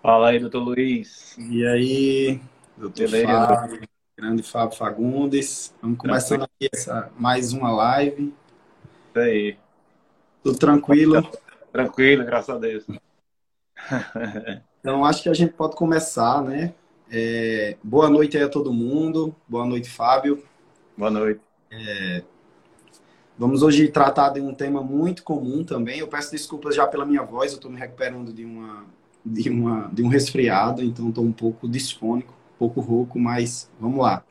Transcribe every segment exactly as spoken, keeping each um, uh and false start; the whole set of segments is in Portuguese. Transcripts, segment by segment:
Fala aí, doutor Luiz. E aí, doutor Beleza? Fábio, grande Fábio Fagundes. Vamos Tranquilo? começando aqui essa, mais uma live. Isso aí. Tudo tranquilo? Tranquilo, graças a Deus. Então, acho que a gente pode começar, né? É, boa noite aí a todo mundo. Boa noite, Fábio. Boa noite. Vamos hoje tratar de um tema muito comum também. Eu peço desculpas já pela minha voz, eu estou me recuperando de uma, de uma, de um resfriado, então estou um pouco disfônico, um pouco rouco, mas vamos lá.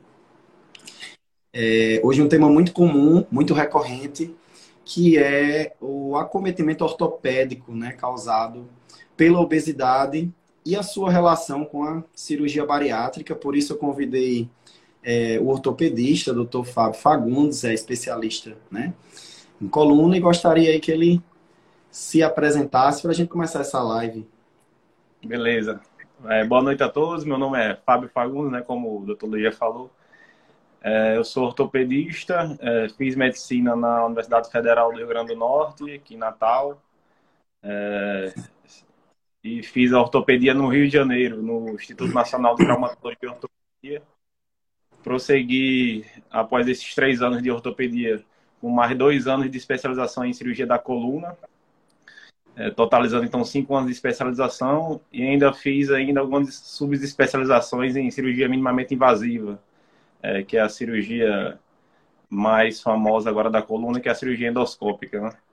É, hoje um tema muito comum, muito recorrente, que é o acometimento ortopédico, né, causado pela obesidade e a sua relação com a cirurgia bariátrica. Por isso eu convidei é, o ortopedista, doutor Fábio Fagundes, é especialista, né, em coluna, e gostaria aí que ele se apresentasse para a gente começar essa live. Beleza. É, boa noite a todos. Meu nome é Fábio Fagundes, né? Como o doutor Luiz já falou. É, eu sou ortopedista, é, fiz medicina na Universidade Federal do Rio Grande do Norte, aqui em Natal, e fiz a ortopedia no Rio de Janeiro, no Instituto Nacional de Traumatologia e Ortopedia. Prossegui, após esses três anos de ortopedia, com mais dois anos de especialização em cirurgia da coluna, é, totalizando então cinco anos de especialização, e ainda fiz ainda algumas subespecializações em cirurgia minimamente invasiva, é, que é a cirurgia mais famosa agora da coluna, que é a cirurgia endoscópica, né?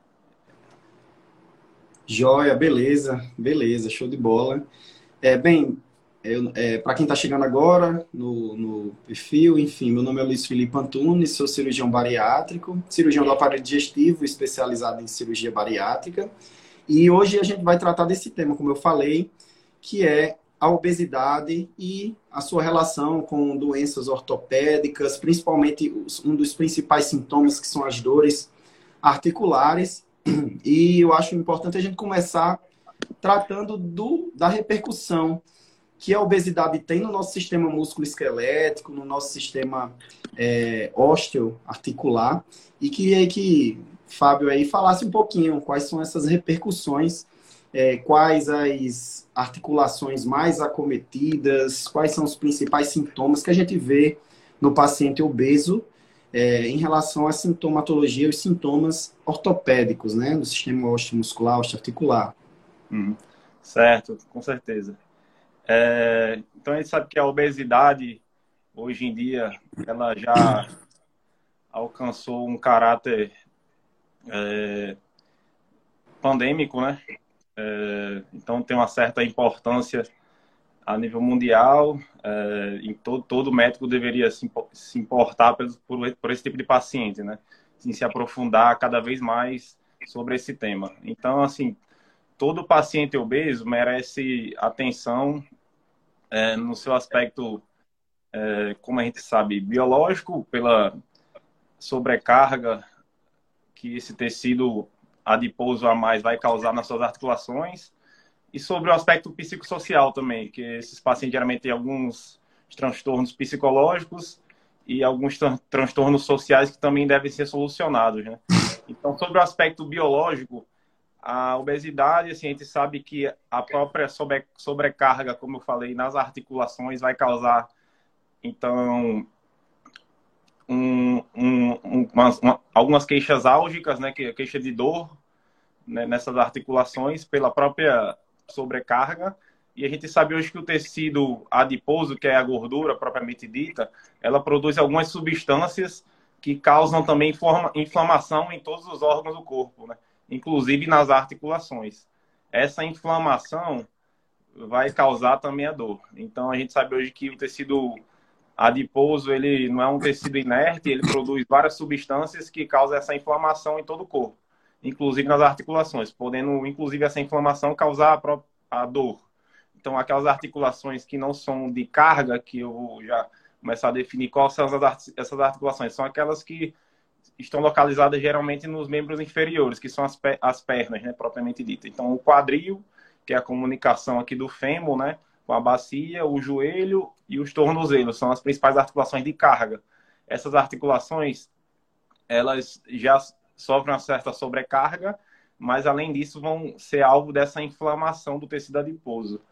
Joia, beleza, beleza, show de bola. É, bem, é, para quem está chegando agora no, no perfil, enfim, meu nome é Luiz Felipe Antunes, sou cirurgião bariátrico, cirurgião do aparelho digestivo, especializado em cirurgia bariátrica. E hoje a gente vai tratar desse tema, como eu falei, que é a obesidade e a sua relação com doenças ortopédicas, principalmente os- um dos principais sintomas que são as dores articulares. E eu acho importante a gente começar tratando do, da repercussão que a obesidade tem no nosso sistema músculo-esquelético, no nosso sistema é, osteoarticular, e queria que Fábio aí falasse um pouquinho quais são essas repercussões, é, quais as articulações mais acometidas, quais são os principais sintomas que a gente vê no paciente obeso é, em relação à sintomatologia, os sintomas ortopédicos, né, do sistema osteomuscular, osteoarticular. Uhum. Certo, com certeza. É, então a gente sabe que a obesidade, hoje em dia, ela já alcançou um caráter pandêmico, né? Então tem uma certa importância a nível mundial, é, em todo, todo médico deveria se, se importar por, por, por esse tipo de paciente, né? Assim, se aprofundar cada vez mais sobre esse tema. Então, assim, todo paciente obeso merece atenção é, no seu aspecto, é, como a gente sabe, biológico, pela sobrecarga que esse tecido adiposo a mais vai causar nas suas articulações, e sobre o aspecto psicossocial também, que esses pacientes geralmente têm alguns transtornos psicológicos e alguns tran transtornos sociais que também devem ser solucionados, né? Então, sobre o aspecto biológico, a obesidade, assim, a gente sabe que a própria sobre sobrecarga, como eu falei, nas articulações vai causar, então, um, um, um, umas, uma, algumas queixas álgicas, né, que é a queixa de dor, né, nessas articulações pela própria sobrecarga. E a gente sabe hoje que o tecido adiposo, que é a gordura propriamente dita, ela produz algumas substâncias que causam também inflamação em todos os órgãos do corpo, né? Inclusive nas articulações. Essa inflamação vai causar também a dor. Então a gente sabe hoje que o tecido adiposo, ele não é um tecido inerte, ele produz várias substâncias que causam essa inflamação em todo o corpo, inclusive nas articulações, podendo, inclusive, essa inflamação causar a, própria, a dor. Então, aquelas articulações que não são de carga, que eu vou já começar a definir quais são essas articulações, são aquelas que estão localizadas geralmente nos membros inferiores, que são as, as pernas, né, propriamente dita. Então, o quadril, que é a comunicação aqui do fêmur, né, com a bacia, o joelho e os tornozelos, são as principais articulações de carga. Essas articulações, elas já sofrem uma certa sobrecarga, mas além disso vão ser alvo dessa inflamação do tecido adiposo.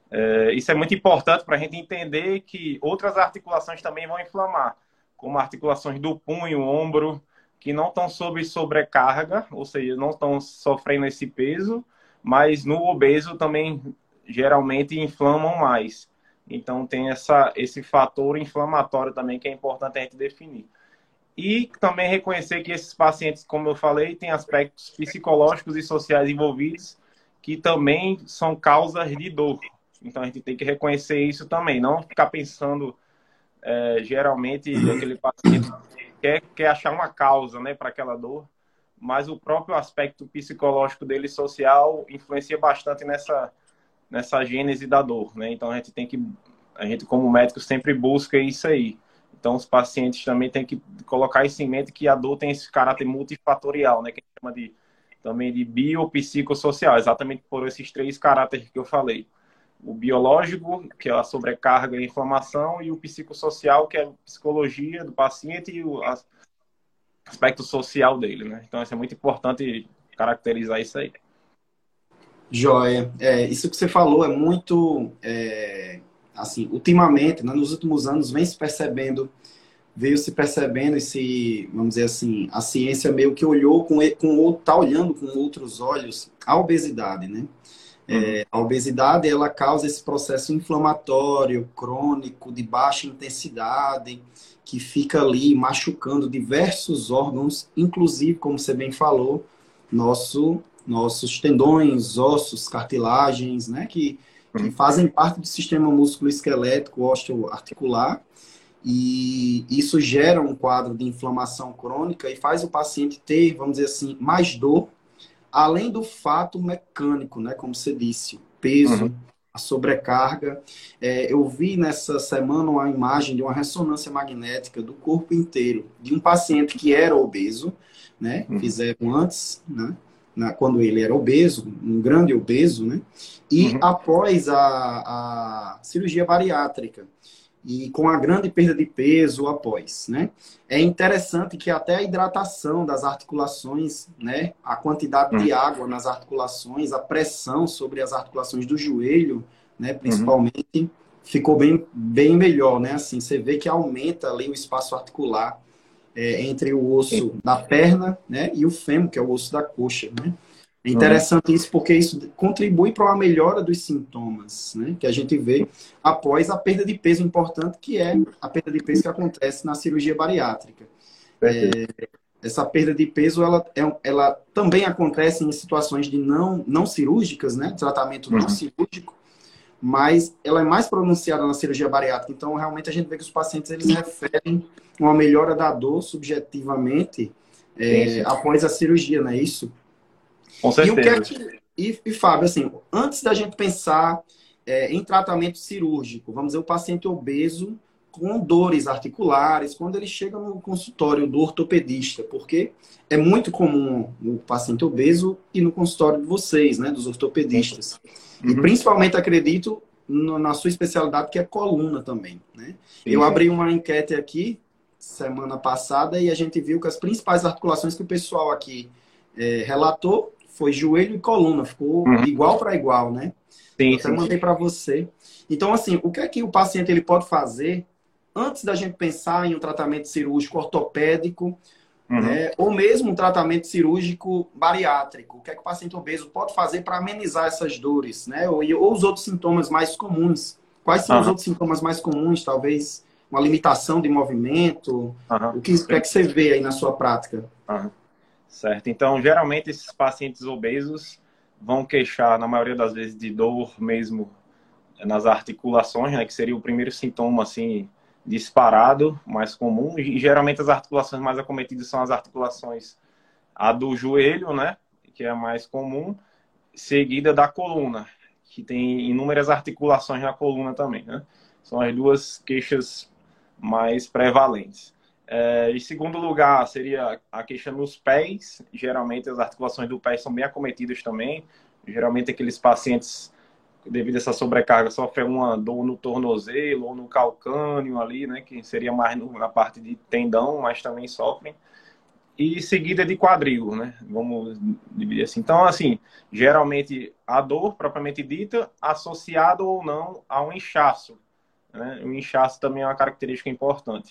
É, isso é muito importante para a gente entender que outras articulações também vão inflamar, como articulações do punho, ombro, que não estão sob sobrecarga, ou seja, não estão sofrendo esse peso, mas no obeso também geralmente inflamam mais. Então tem essa, esse fator inflamatório também que é importante a gente definir. E também reconhecer que esses pacientes, como eu falei, têm aspectos psicológicos e sociais envolvidos que também são causas de dor. Então a gente tem que reconhecer isso também, não ficar pensando, é, geralmente aquele paciente quer, quer achar uma causa, né, para aquela dor, mas o próprio aspecto psicológico dele, social, influencia bastante nessa, nessa gênese da dor, né? Então a gente tem que, a gente como médico sempre busca isso aí. Então os pacientes também têm que colocar isso em mente que a dor tem esse caráter multifatorial, né, que a gente chama de também de biopsicossocial, exatamente por esses três caráteres que eu falei. O biológico, que é a sobrecarga e a inflamação, e o psicossocial, que é a psicologia do paciente e o aspecto social dele, né? Então, isso é muito importante caracterizar isso aí. Joia. É, isso que você falou é muito, é, assim, ultimamente, né, nos últimos anos, vem se percebendo, veio se percebendo esse, vamos dizer assim, a ciência meio que olhou com, com tá olhando com outros olhos a obesidade, né? É, a obesidade, ela causa esse processo inflamatório, crônico, de baixa intensidade, que fica ali machucando diversos órgãos, inclusive, como você bem falou, nosso, nossos tendões, ossos, cartilagens, né, que, que fazem parte do sistema músculo-esquelético, osteoarticular, e isso gera um quadro de inflamação crônica e faz o paciente ter, vamos dizer assim, mais dor, além do fato mecânico, né, como você disse, o peso, Uhum. a sobrecarga. É, eu vi nessa semana uma imagem de uma ressonância magnética do corpo inteiro, de um paciente que era obeso, né, Uhum. fizeram antes, né, na, quando ele era obeso, um grande obeso, né, e Uhum. após a, a cirurgia bariátrica, e com a grande perda de peso após, né? É interessante que até a hidratação das articulações, né? A quantidade Uhum. de água nas articulações, a pressão sobre as articulações do joelho, né? Uhum. Principalmente, ficou bem, bem melhor, né? Assim, você vê que aumenta ali o espaço articular é, entre o osso da perna, né? E o fêmur, que é o osso da coxa, né? É Uhum. interessante isso porque isso contribui para uma melhora dos sintomas, né, que a gente vê após a perda de peso importante, que é a perda de peso que acontece na cirurgia bariátrica. Perfeito. É, essa perda de peso, ela, é, ela também acontece em situações de não, não cirúrgicas, né, tratamento não Uhum. cirúrgico, mas ela é mais pronunciada na cirurgia bariátrica. Então, realmente, a gente vê que os pacientes, eles referem uma melhora da dor subjetivamente Sim, é, sim. após a cirurgia, não é isso? Com E o que é certeza. que. E, e Fábio, assim, antes da gente pensar é, em tratamento cirúrgico, vamos dizer, o paciente obeso com dores articulares, quando ele chega no consultório do ortopedista, porque é muito comum o paciente obeso ir no consultório de vocês, né, dos ortopedistas. E Uhum. principalmente, acredito, no, na sua especialidade, que é coluna também, né? Sim, Eu sim. abri uma enquete aqui semana passada e a gente viu que as principais articulações que o pessoal aqui é, relatou foi joelho e coluna, ficou Uhum. igual para igual, né? Eu Sim, até sim, sim. mandei para você. Então, assim, o que é que o paciente ele pode fazer antes da gente pensar em um tratamento cirúrgico ortopédico, Uhum. né? Ou mesmo um tratamento cirúrgico bariátrico? O que é que o paciente obeso pode fazer para amenizar essas dores, né? Ou, ou os outros sintomas mais comuns? Quais são os Aham. outros sintomas mais comuns? Talvez uma limitação de movimento? Aham. O que, o que é que você vê aí na sua prática? Aham. Certo. Então, geralmente, esses pacientes obesos vão queixar, na maioria das vezes, de dor mesmo nas articulações, né, que seria o primeiro sintoma, assim, disparado, mais comum. E, geralmente, as articulações mais acometidas são as articulações, a do joelho, né, que é a mais comum, seguida da coluna, que tem inúmeras articulações na coluna também, né? São as duas queixas mais prevalentes. É, em segundo lugar, seria a queixa nos pés. Geralmente, as articulações do pé são bem acometidas também. Geralmente, aqueles pacientes, devido a essa sobrecarga, sofrem uma dor no tornozelo ou no calcâneo ali, né? Que seria mais no, na parte de tendão, mas também sofrem. e seguida de quadril, né? Vamos dividir assim. Então, assim, geralmente a dor propriamente dita, associado ou não a um inchaço, né? O inchaço também é uma característica importante.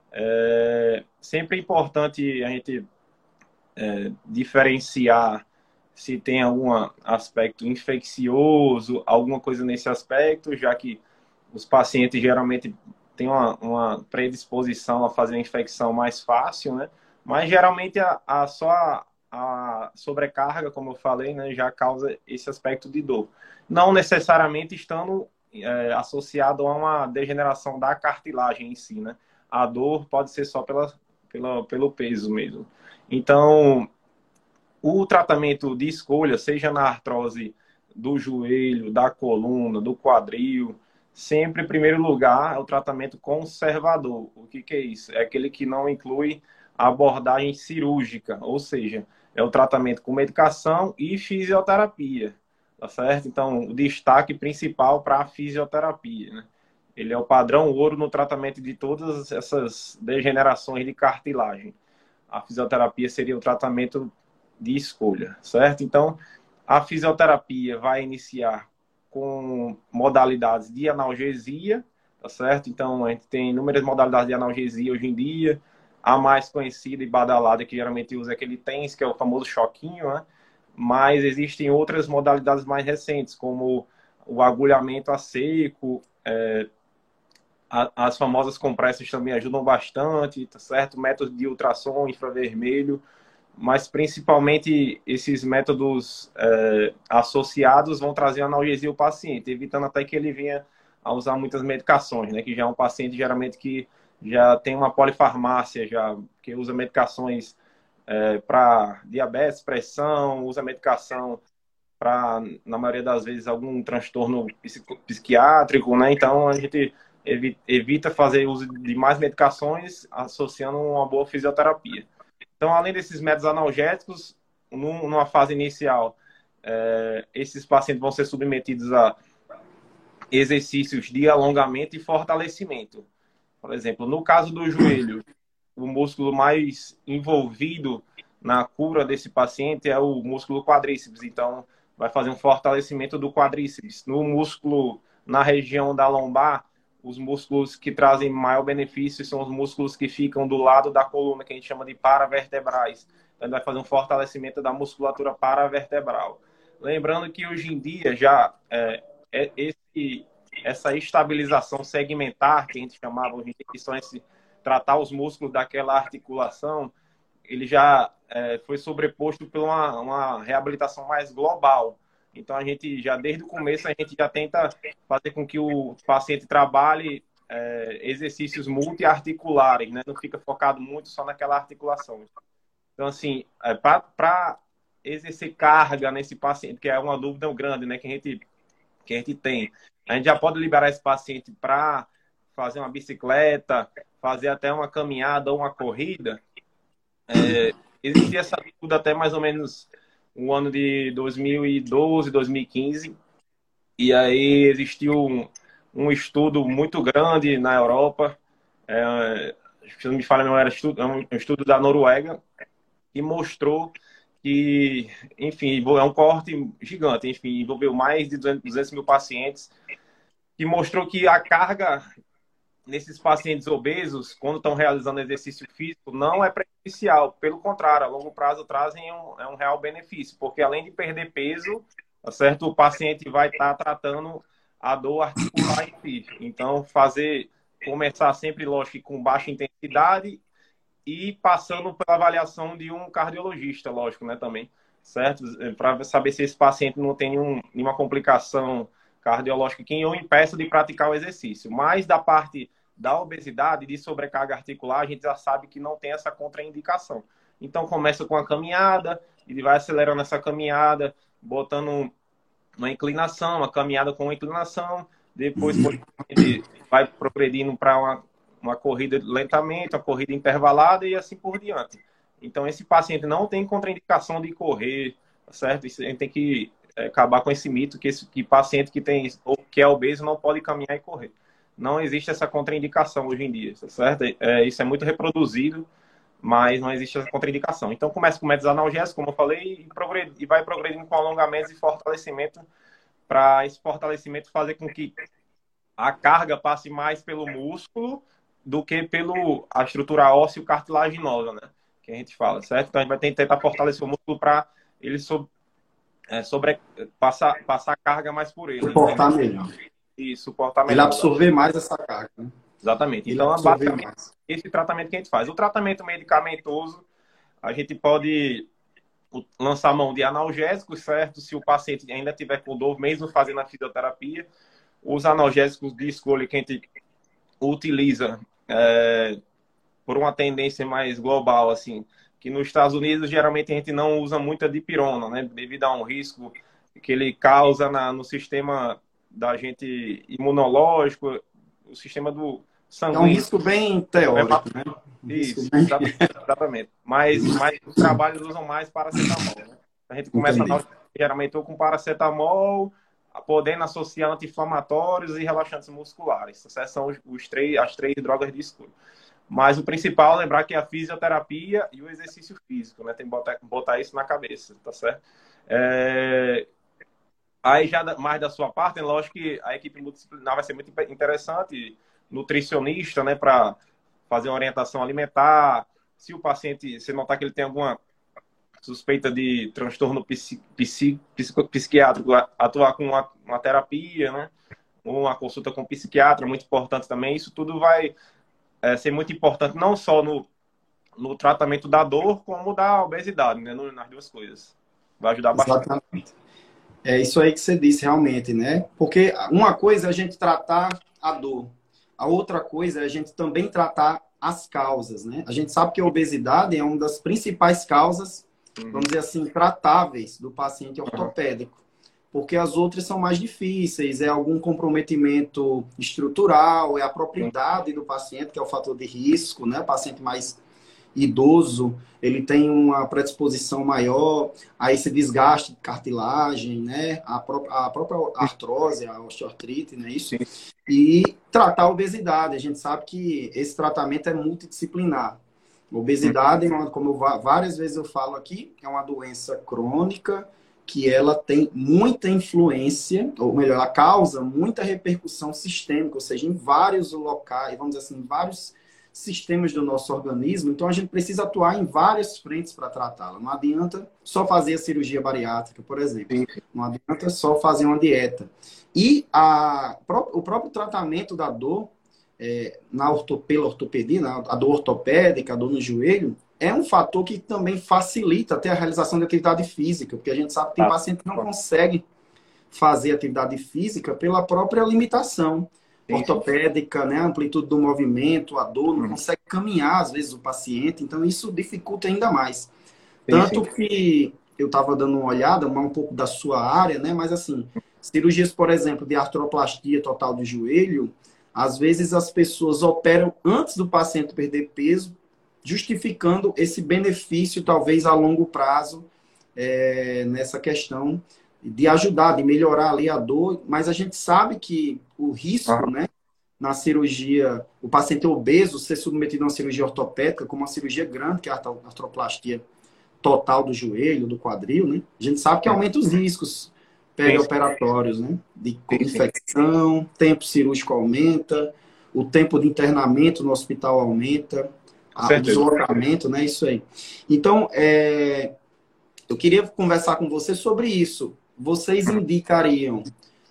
É sempre importante a gente é, diferenciar se tem algum aspecto infeccioso, alguma coisa nesse aspecto, já que os pacientes geralmente têm uma, uma predisposição a fazer a infecção mais fácil, né? Mas geralmente a, a só a, a sobrecarga, como eu falei, né, já causa esse aspecto de dor. Não necessariamente estando é, associado a uma degeneração da cartilagem em si, né? A dor pode ser só pela, pela, pelo peso mesmo. Então, o tratamento de escolha, seja na artrose do joelho, da coluna, do quadril, sempre, em primeiro lugar, é o tratamento conservador. O que, que é isso? É aquele que não inclui a abordagem cirúrgica, ou seja, é o tratamento com medicação e fisioterapia, tá certo? Então, o destaque principal para a fisioterapia, né? Ele é o padrão ouro no tratamento de todas essas degenerações de cartilagem. A fisioterapia seria o tratamento de escolha, certo? Então, a fisioterapia vai iniciar com modalidades de analgesia, tá certo? Então, a gente tem inúmeras modalidades de analgesia hoje em dia. A mais conhecida e badalada, que geralmente usa aquele TENS, que é o famoso choquinho, né? Mas existem outras modalidades mais recentes, como o agulhamento a seco, é, as famosas compressas também ajudam bastante, tá certo? Métodos de ultrassom infravermelho, mas principalmente esses métodos é, associados vão trazer analgesia ao paciente, evitando até que ele venha a usar muitas medicações, né? Que já é um paciente geralmente que já tem uma polifarmácia, já que usa medicações é, para diabetes, pressão, usa medicação para, na maioria das vezes, algum transtorno psiquiátrico, né? Então a gente evita fazer uso de mais medicações associando uma boa fisioterapia. Então, além desses métodos analgésicos, numa fase inicial, é, esses pacientes vão ser submetidos a exercícios de alongamento e fortalecimento. Por exemplo, no caso do joelho, o músculo mais envolvido na cura desse paciente é o músculo quadríceps. Então, vai fazer um fortalecimento do quadríceps. No músculo, na região da lombar, os músculos que trazem maior benefício são os músculos que ficam do lado da coluna, que a gente chama de paravertebrais. Então, ele vai fazer um fortalecimento da musculatura paravertebral. Lembrando que hoje em dia já é, é esse, essa estabilização segmentar, que a gente chamava hoje em dia, que são esse, tratar os músculos daquela articulação, ele já é, foi sobreposto por uma, uma reabilitação mais global. Então, a gente já, desde o começo, a gente já tenta fazer com que o paciente trabalhe é, exercícios multiarticulares, né? Não fica focado muito só naquela articulação. Então, assim, é, para exercer carga nesse paciente, que é uma dúvida grande, né? Que a gente, que a gente tem. A gente já pode liberar esse paciente para fazer uma bicicleta, fazer até uma caminhada ou uma corrida. É, existia essa dúvida até mais ou menos no ano de dois mil e doze, dois mil e quinze, e aí existiu um, um estudo muito grande na Europa, é, se não me falha, não era estudo, é um estudo da Noruega, que mostrou que, enfim, é um corte gigante, enfim, envolveu mais de duzentos mil pacientes, que mostrou que a carga nesses pacientes obesos, quando estão realizando exercício físico, não é prejudicial. Pelo contrário, a longo prazo trazem um, é um real benefício, porque além de perder peso, tá certo? O paciente vai estar tá tratando a dor articular em si. Então, fazer, começar sempre, lógico, com baixa intensidade e passando pela avaliação de um cardiologista, lógico, né, também, certo? Para saber se esse paciente não tem nenhum, nenhuma complicação cardiológica que o impeça de praticar o exercício. Mas da parte da obesidade, de sobrecarga articular, a gente já sabe que não tem essa contraindicação. Então, começa com a caminhada, ele vai acelerando essa caminhada, botando uma inclinação, uma caminhada com uma inclinação, depois ele vai progredindo para uma, uma corrida lentamente, uma corrida intervalada e assim por diante. Então, esse paciente não tem contraindicação de correr, certo? Isso, a gente tem que acabar com esse mito que esse que paciente que tem ou que é obeso não pode caminhar e correr. Não existe essa contraindicação hoje em dia, certo? É, isso é muito reproduzido mas não existe essa contraindicação. Então, começa com métodos analgésicos, como eu falei, e, progredi, e vai progredindo com alongamentos e fortalecimento, para esse fortalecimento fazer com que a carga passe mais pelo músculo do que pelo a estrutura óssea cartilaginosa, né? Que a gente fala, certo? Então, a gente vai tentar fortalecer o músculo para ele sobre, é, sobre, passar, passar carga mais por ele. Suportar Entendeu? melhor. E suportar Ele melhor. absorver mais essa carga, né? Exatamente. Ele Então, absorver basicamente, mais. esse tratamento que a gente faz. O tratamento medicamentoso, a gente pode lançar mão de analgésicos, certo? Se o paciente ainda tiver com dor, mesmo fazendo a fisioterapia. Os analgésicos de escolha que a gente utiliza é, por uma tendência mais global, assim, que nos Estados Unidos, geralmente, a gente não usa muito a dipirona, né? Devido a um risco que ele causa na, no sistema da gente imunológico, o sistema do É um sanguíneo. risco bem teórico, né? Um Isso, bem... exatamente. Mas, mas os trabalhos usam mais paracetamol, né? A gente começa Entendi. a, geralmente ou com paracetamol, podendo associar anti-inflamatórios e relaxantes musculares. Essas são os, os três, as três drogas de escolha. Mas o principal é lembrar que é a fisioterapia e o exercício físico, né? Tem que botar, botar isso na cabeça, tá certo? É... Aí já mais da sua parte, é lógico que a equipe multidisciplinar vai ser muito interessante, nutricionista, né, para fazer uma orientação alimentar. Se o paciente, se notar que ele tem alguma suspeita de transtorno psiqui, psiqui, psiquiátrico, atuar com uma, uma terapia, né, uma consulta com um psiquiatra, muito importante também. Isso tudo vai é, ser muito importante, não só no, no tratamento da dor, como da obesidade, né, nas duas coisas. Vai ajudar bastante. Exatamente. É isso aí que você disse, realmente, né? Porque uma coisa é a gente tratar a dor, a outra coisa é a gente também tratar as causas, né? A gente sabe que a obesidade é uma das principais causas, uhum. vamos dizer assim, tratáveis do paciente ortopédico, porque as outras são mais difíceis, é algum comprometimento estrutural, é a propriedade do paciente, que é o fator de risco, né? O paciente mais idoso, ele tem uma predisposição maior a esse desgaste de cartilagem, né? A, pró a própria artrose, a osteoartrite, né? Isso. Sim. E tratar a obesidade. A gente sabe que esse tratamento é multidisciplinar. Obesidade, como eu, várias vezes eu falo aqui, é uma doença crônica que ela tem muita influência, ou melhor, ela causa muita repercussão sistêmica, ou seja, em vários locais, vamos dizer assim, em vários sistemas do nosso organismo, então a gente precisa atuar em várias frentes para tratá-la. Não adianta só fazer a cirurgia bariátrica, por exemplo. Sim. Não adianta só fazer uma dieta. E a, o próprio tratamento da dor, é, na orto, pela ortopedia, na, a dor ortopédica, a dor no joelho, é um fator que também facilita até a realização de atividade física, porque a gente sabe que tem ah, paciente que não consegue fazer atividade física pela própria limitação ortopédica, né? A amplitude do movimento, a dor, não consegue caminhar, às vezes, o paciente. Então, isso dificulta ainda mais. Sim, Tanto sim. que eu estava dando uma olhada, um pouco da sua área, né? Mas, assim, cirurgias, por exemplo, de artroplastia total do joelho, às vezes as pessoas operam antes do paciente perder peso, justificando esse benefício, talvez, a longo prazo, é, nessa questão de ajudar, de melhorar ali a dor, mas a gente sabe que o risco, ah. né, na cirurgia, o paciente obeso ser submetido a uma cirurgia ortopédica, como uma cirurgia grande, que é a artroplastia total do joelho, do quadril, né, a gente sabe que aumenta os riscos perioperatórios, né, de infecção, tempo cirúrgico aumenta, o tempo de internamento no hospital aumenta, a, o deslocamento, né, isso aí. Então, é, eu queria conversar com você sobre isso. Vocês indicariam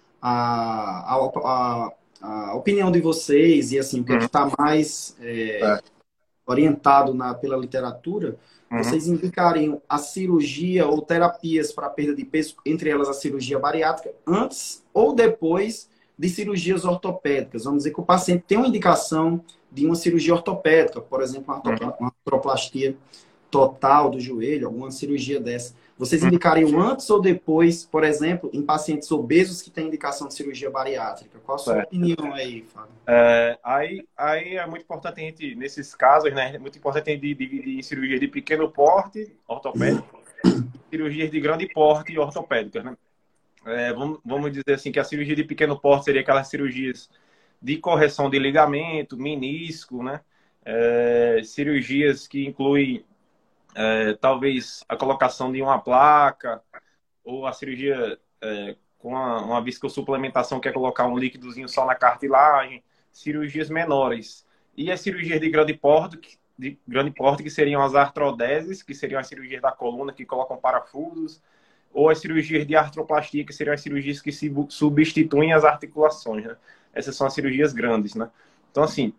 a, a, a, a opinião de vocês e assim, o que é está mais é, é. orientado na, pela literatura, uhum. vocês indicariam a cirurgia ou terapias para perda de peso, entre elas a cirurgia bariátrica, antes ou depois de cirurgias ortopédicas? Vamos dizer que o paciente tem uma indicação de uma cirurgia ortopédica, por exemplo, uma, uhum. uma artroplastia total do joelho, alguma cirurgia dessa. Vocês indicariam antes ou depois, por exemplo, em pacientes obesos que têm indicação de cirurgia bariátrica? Qual a sua é. opinião aí, Fábio? É, aí, aí é muito importante a gente, nesses casos, né, é muito importante a gente dividir em cirurgias de pequeno porte, ortopédico, cirurgias de grande porte, ortopédicas, né? É, vamos, vamos dizer assim que a cirurgia de pequeno porte seria aquelas cirurgias de correção de ligamento, menisco, né? é, cirurgias que incluem é, talvez a colocação de uma placa, ou a cirurgia é, com uma, uma viscosupplementação, que é colocar um líquidozinho só na cartilagem, cirurgias menores. E as cirurgias de grande porte, de grande porte, que seriam as artrodeses, que seriam as cirurgias da coluna, que colocam parafusos, ou as cirurgias de artroplastia, que seriam as cirurgias que se substituem as articulações, né? Essas são as cirurgias grandes, né? Então, assim,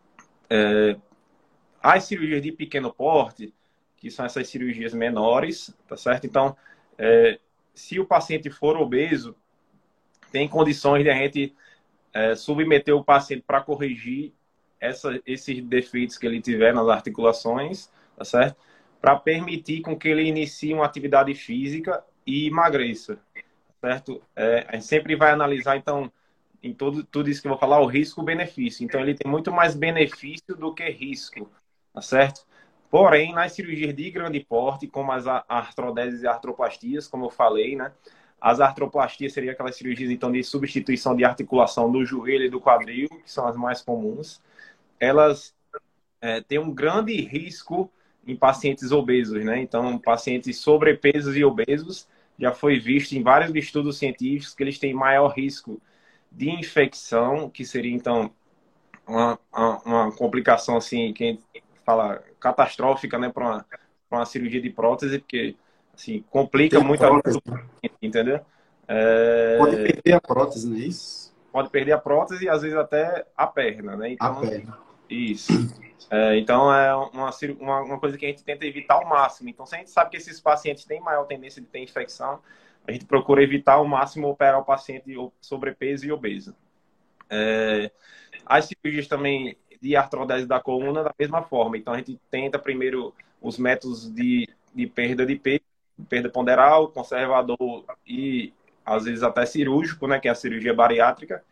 é, as cirurgias de pequeno porte, que são essas cirurgias menores, tá certo? Então, é, se o paciente for obeso, tem condições de a gente é, submeter o paciente para corrigir essa, esses defeitos que ele tiver nas articulações, tá certo? Para permitir com que ele inicie uma atividade física e emagreça, certo? É, a gente sempre vai analisar, então, em todo, tudo isso que eu vou falar, o risco-benefício. Então, ele tem muito mais benefício do que risco, tá certo? Porém, nas cirurgias de grande porte, como as artrodeses e artroplastias, como eu falei, né? As artroplastias seriam aquelas cirurgias, então, de substituição de articulação do joelho e do quadril, que são as mais comuns. Elas é, têm um grande risco em pacientes obesos, né? Então, pacientes sobrepesos e obesos, já foi visto em vários estudos científicos que eles têm maior risco de infecção, que seria, então, uma, uma, uma complicação, assim, que a gente fala catastrófica, né, para uma, para uma cirurgia de prótese, porque, assim, complica Tem a muito a vida prótese. do paciente, entendeu? Pode É, perder a prótese, não é isso? pode perder a prótese e, às vezes, até a perna, né? A Então, perna. isso. É, então, é uma, uma, uma coisa que a gente tenta evitar ao máximo. Então, se a gente sabe que esses pacientes têm maior tendência de ter infecção, a gente procura evitar ao máximo operar o paciente sobrepeso e obeso. É, as cirurgias também de artrodese da coluna, da mesma forma. Então, a gente tenta primeiro os métodos de, de perda de peso, perda ponderal, conservador e, às vezes, até cirúrgico, né, que é a cirurgia bariátrica,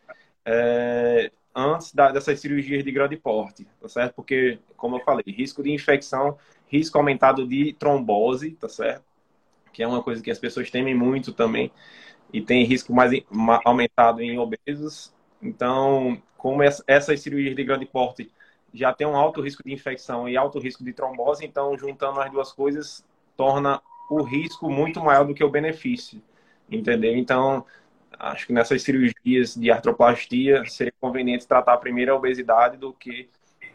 é, antes da, dessas cirurgias de grande porte, tá certo? Porque, como eu falei, risco de infecção, risco aumentado de trombose, tá certo? Que é uma coisa que as pessoas temem muito também, e tem risco mais em, ma, aumentado em obesos. Então, como essa, essas cirurgias de grande porte já tem um alto risco de infecção e alto risco de trombose, então, juntando as duas coisas, torna o risco muito maior do que o benefício, entendeu? Então, acho que nessas cirurgias de artroplastia seria conveniente tratar primeiro a obesidade do que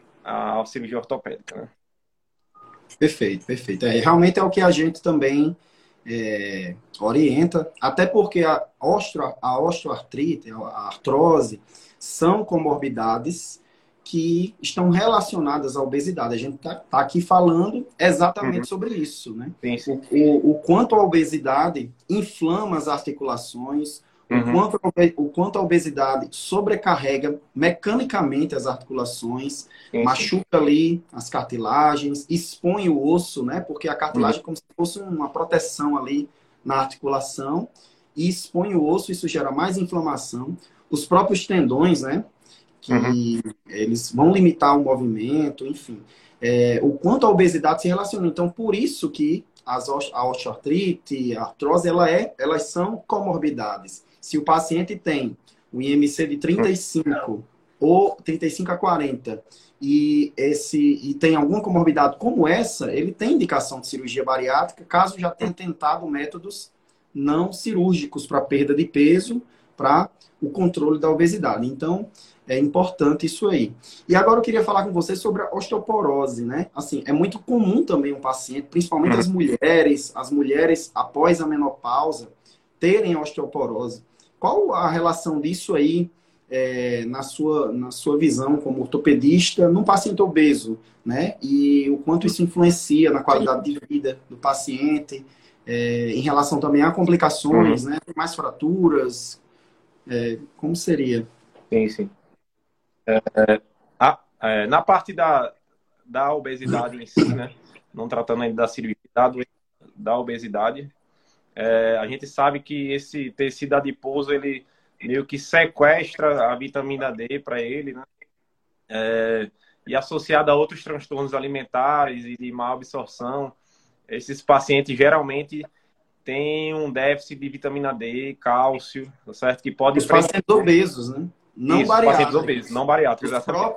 a cirurgia ortopédica, né? Perfeito, perfeito. É, realmente é o que a gente também é, orienta, até porque a, osteo, a osteoartrite, a artrose, são comorbidades que estão relacionadas à obesidade. A gente está tá aqui falando exatamente Uhum. sobre isso, né? Sim, sim. O, o, o quanto a obesidade inflama as articulações, o, Uhum. quanto, o quanto a obesidade sobrecarrega mecanicamente as articulações, Sim, machuca sim. ali as cartilagens, expõe o osso, né? Porque a Uhum. cartilagem é como se fosse uma proteção ali na articulação e expõe o osso, isso gera mais inflamação. Os próprios tendões, né? Uhum. Que eles vão limitar o movimento, enfim. É, o quanto a obesidade se relaciona. Então, por isso que as, a osteoartrite, a artrose, ela é, elas são comorbidades. Se o paciente tem o I M C de trinta e cinco ou trinta e cinco a quarenta e, esse, e tem alguma comorbidade como essa, ele tem indicação de cirurgia bariátrica, caso já tenha tentado métodos não cirúrgicos para perda de peso, para o controle da obesidade. Então, é importante isso aí. E agora eu queria falar com você sobre a osteoporose, né? Assim, é muito comum também um paciente, principalmente Uhum. as mulheres, as mulheres após a menopausa, terem osteoporose. Qual a relação disso aí é, na, sua, na sua visão como ortopedista num paciente obeso, né? E o quanto isso influencia na qualidade de vida do paciente, é, em relação também a complicações, Uhum. né? Mais fraturas, é, como seria? Sim, sim. Ah, é, na parte da, da obesidade em si, né? Não tratando ainda da cirurgia, da, doença, da obesidade, é, a gente sabe que esse tecido adiposo, ele meio que sequestra a vitamina D para ele, né? É, e associado a outros transtornos alimentares e de má absorção, esses pacientes geralmente têm um déficit de vitamina D, cálcio, tá certo? Que pode Os predispor pacientes obesos, né? Não isso, os pacientes bariátricos. obesos, não bariátricos, Os exatamente. próprios.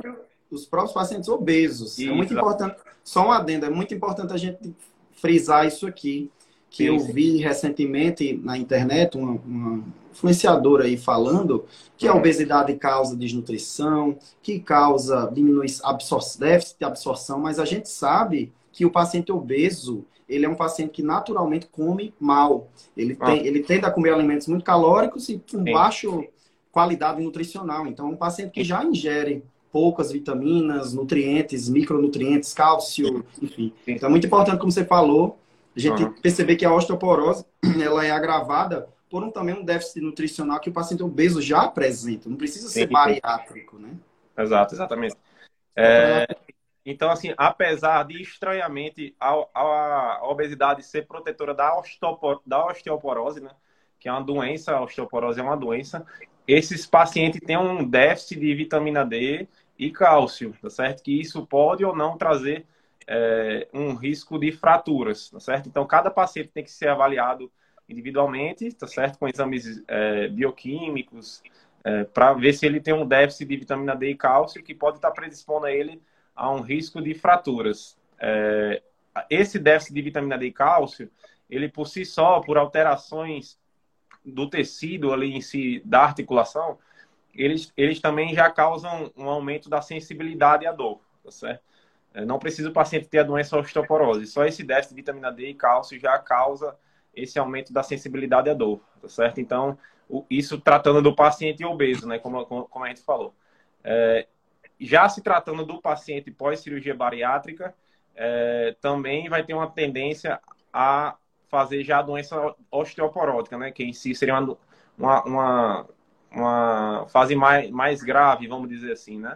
os próprios pacientes obesos. Isso, é muito importante, só um adendo, é muito importante a gente frisar isso aqui, que sim, eu vi recentemente na internet uma, uma influenciadora aí falando que a obesidade causa desnutrição, que causa diminuição, absor déficit de absorção, mas a gente sabe que o paciente obeso, ele é um paciente que naturalmente come mal. Ele, ah. tem, ele tende a comer alimentos muito calóricos e com sim, baixo qualidade nutricional. Então, é um paciente que já ingere poucas vitaminas, nutrientes, micronutrientes, cálcio, enfim. Então, é muito importante, como você falou, a gente uhum. perceber que a osteoporose ela é agravada por um, também um déficit nutricional que o paciente obeso já apresenta. Não precisa ser sim, bariátrico, né? Exato, exatamente. É, então, assim, apesar de, estranhamente, a, a, a obesidade ser protetora da, osteopor, da osteoporose, né? Que é uma doença, a osteoporose é uma doença, esses pacientes têm um déficit de vitamina D e cálcio, tá certo? Que isso pode ou não trazer é, um risco de fraturas, tá certo? Então, cada paciente tem que ser avaliado individualmente, tá certo? Com exames é, bioquímicos, é, para ver se ele tem um déficit de vitamina D e cálcio que pode estar predispondo a ele a um risco de fraturas. É, esse déficit de vitamina D e cálcio, ele por si só, por alterações do tecido ali em si, da articulação, eles, eles também já causam um aumento da sensibilidade à dor, tá certo? Não precisa o paciente ter a doença osteoporose, só esse déficit de vitamina D e cálcio já causa esse aumento da sensibilidade à dor, tá certo? Então, o, isso tratando do paciente obeso, né, como, como a gente falou. É, já se tratando do paciente pós-cirurgia bariátrica, é, também vai ter uma tendência a fazer já a doença osteoporótica, né? Que em si seria uma, uma, uma, uma fase mais, mais grave, vamos dizer assim, né?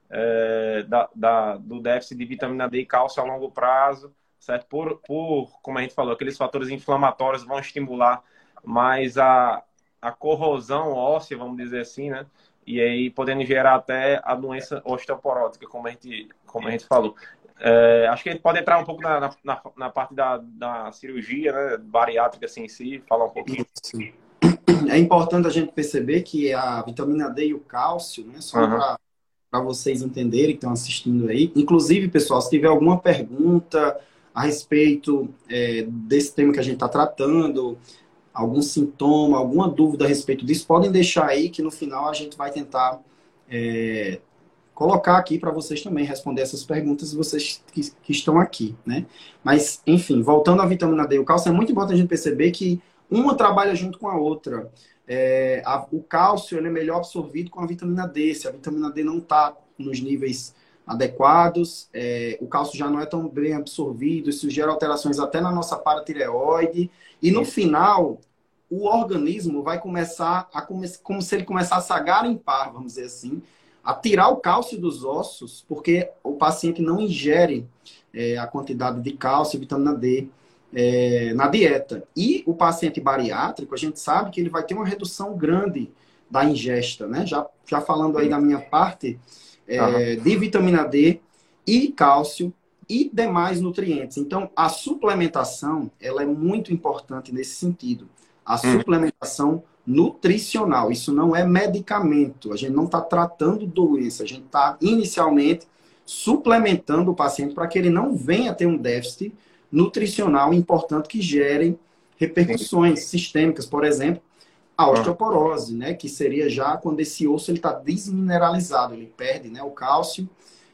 É, da, da, do déficit de vitamina D e cálcio a longo prazo, certo? Por, por, como a gente falou, aqueles fatores inflamatórios vão estimular mais a, a corrosão óssea, vamos dizer assim, né? E aí podendo gerar até a doença osteoporótica, como a gente, como a gente falou. É, acho que a gente pode entrar um pouco na, na, na parte da, da cirurgia, né, bariátrica assim, em si, falar um pouquinho. Isso. É importante a gente perceber que a vitamina D e o cálcio, né, só uhum. para vocês entenderem que estão assistindo aí. Inclusive, pessoal, se tiver alguma pergunta a respeito é, desse tema que a gente está tratando, algum sintoma, alguma dúvida a respeito disso, podem deixar aí que no final a gente vai tentar é, colocar aqui para vocês também responder essas perguntas, vocês que, que estão aqui, né? Mas, enfim, voltando à vitamina D e o cálcio, é muito importante a gente perceber que uma trabalha junto com a outra. É, a, o cálcio ele é melhor absorvido com a vitamina D. Se a vitamina D não está nos níveis adequados, é, o cálcio já não é tão bem absorvido, isso gera alterações até na nossa paratireoide, e no final, o organismo vai começar a come como se ele começasse a garimpar, vamos dizer assim, a tirar o cálcio dos ossos, porque o paciente não ingere é, a quantidade de cálcio e vitamina D é, na dieta. E o paciente bariátrico, a gente sabe que ele vai ter uma redução grande da ingesta, né? Já, já falando aí da minha parte, é, uhum. de vitamina D e cálcio e demais nutrientes. Então, a suplementação, ela é muito importante nesse sentido. A uhum. suplementação nutricional. Isso não é medicamento. A gente não está tratando doença. A gente está, inicialmente, suplementando o paciente para que ele não venha a ter um déficit nutricional importante que gere repercussões Sim. sistêmicas. Por exemplo, a osteoporose, né? Que seria já quando esse osso está desmineralizado. Ele perde, né, o cálcio.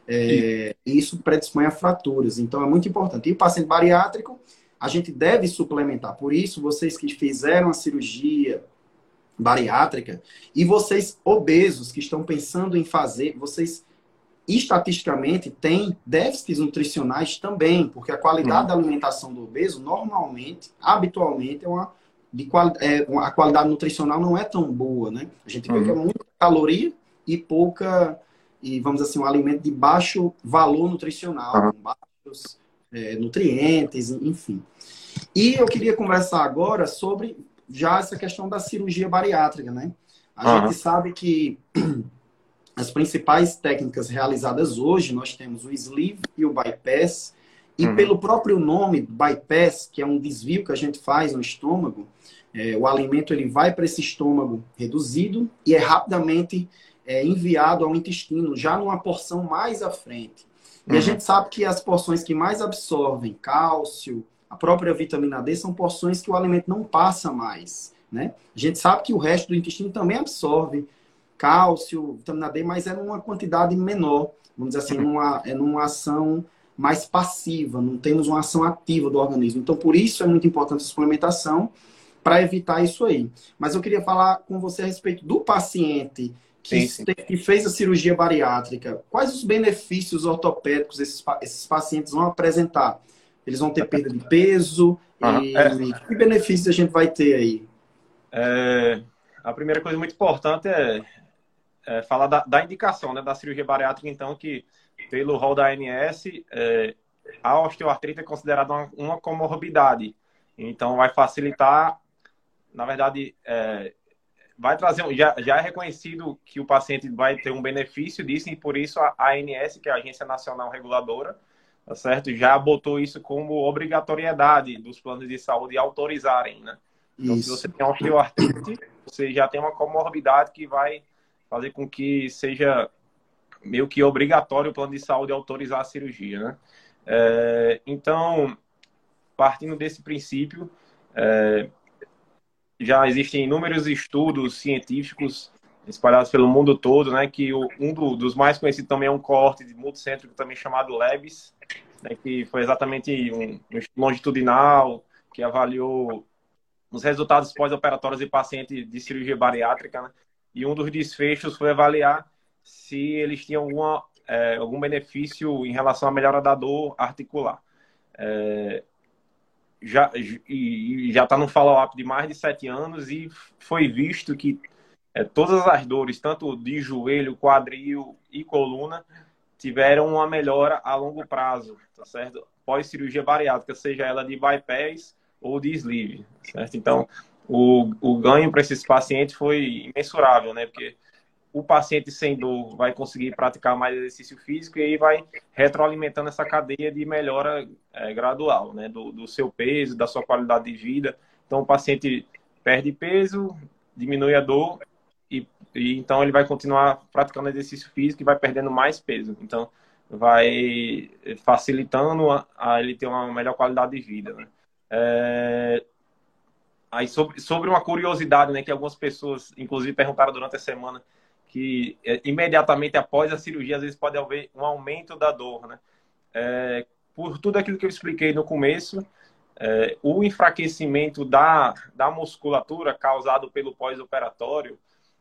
É, e isso predispõe a fraturas. Então, é muito importante. E o paciente bariátrico, a gente deve suplementar. Por isso, vocês que fizeram a cirurgia bariátrica e vocês obesos que estão pensando em fazer, vocês estatisticamente têm déficits nutricionais também, porque a qualidade hum. da alimentação do obeso, normalmente, habitualmente, é uma, de quali é, uma, a qualidade nutricional não é tão boa, né? A gente vê hum. que é muita caloria e pouca, e vamos dizer assim, um alimento de baixo valor nutricional, hum. com baixos é, nutrientes, enfim. E eu queria conversar agora sobre já essa questão da cirurgia bariátrica, né? A uhum. gente sabe que as principais técnicas realizadas hoje, nós temos o sleeve e o bypass, e uhum. pelo próprio nome, bypass, que é um desvio que a gente faz no estômago, é, o alimento ele vai para esse estômago reduzido e é rapidamente é enviado ao intestino, já numa porção mais à frente. E a Uhum. gente sabe que as porções que mais absorvem cálcio, a própria vitamina D, são porções que o alimento não passa mais, né? A gente sabe que o resto do intestino também absorve cálcio, vitamina D, mas é numa quantidade menor, vamos dizer assim, numa, é numa ação mais passiva, não temos uma ação ativa do organismo. Então, por isso é muito importante a suplementação, para evitar isso aí. Mas eu queria falar com você a respeito do paciente que, Sim, sim. que fez a cirurgia bariátrica. Quais os benefícios ortopédicos esses, esses pacientes vão apresentar? Eles vão ter perda de peso? Uhum. E É, que benefícios a gente vai ter aí? é, a primeira coisa muito importante é, é falar da, da indicação, né, da cirurgia bariátrica, então, que pelo rol da A N S, é, a osteoartrite é considerada uma, uma comorbidade. Então, vai facilitar, na verdade, é, vai trazer, um- já, já é reconhecido que o paciente vai ter um benefício disso, e por isso a ANS, que é a Agência Nacional Reguladora, tá certo? Já botou isso como obrigatoriedade dos planos de saúde autorizarem, né? Então, se você Isso. tem osteoartrite, você já tem uma comorbidade que vai fazer com que seja meio que obrigatório o plano de saúde autorizar a cirurgia, né? É, então, partindo desse princípio, é, já existem inúmeros estudos científicos espalhados pelo mundo todo, né? Que o, um do, dos mais conhecidos também é um coorte de multicêntrico também chamado LEBS, né, que foi exatamente um, um estudo longitudinal que avaliou os resultados pós-operatórios de pacientes de cirurgia bariátrica, né? E um dos desfechos foi avaliar se eles tinham alguma, é, algum benefício em relação à melhora da dor articular. É, já, e, já está no follow-up de mais de sete anos e foi visto que é, todas as dores, tanto de joelho, quadril e coluna, tiveram uma melhora a longo prazo, tá certo? Pós-cirurgia bariátrica, seja ela de bypass ou de sleeve, certo? Então, o, o ganho para esses pacientes foi imensurável, né? Porque o paciente sem dor vai conseguir praticar mais exercício físico e aí vai retroalimentando essa cadeia de melhora é, gradual, né? Do, do seu peso, da sua qualidade de vida. Então, o paciente perde peso, diminui a dor e, e então ele vai continuar praticando exercício físico e vai perdendo mais peso. Então, vai facilitando a, a ele ter uma melhor qualidade de vida, né? É, aí sobre, sobre uma curiosidade, né, que algumas pessoas, inclusive, perguntaram durante a semana, que é, imediatamente após a cirurgia, às vezes pode haver um aumento da dor, né? É, por tudo aquilo que eu expliquei no começo, é, o enfraquecimento da, da musculatura causado pelo pós-operatório,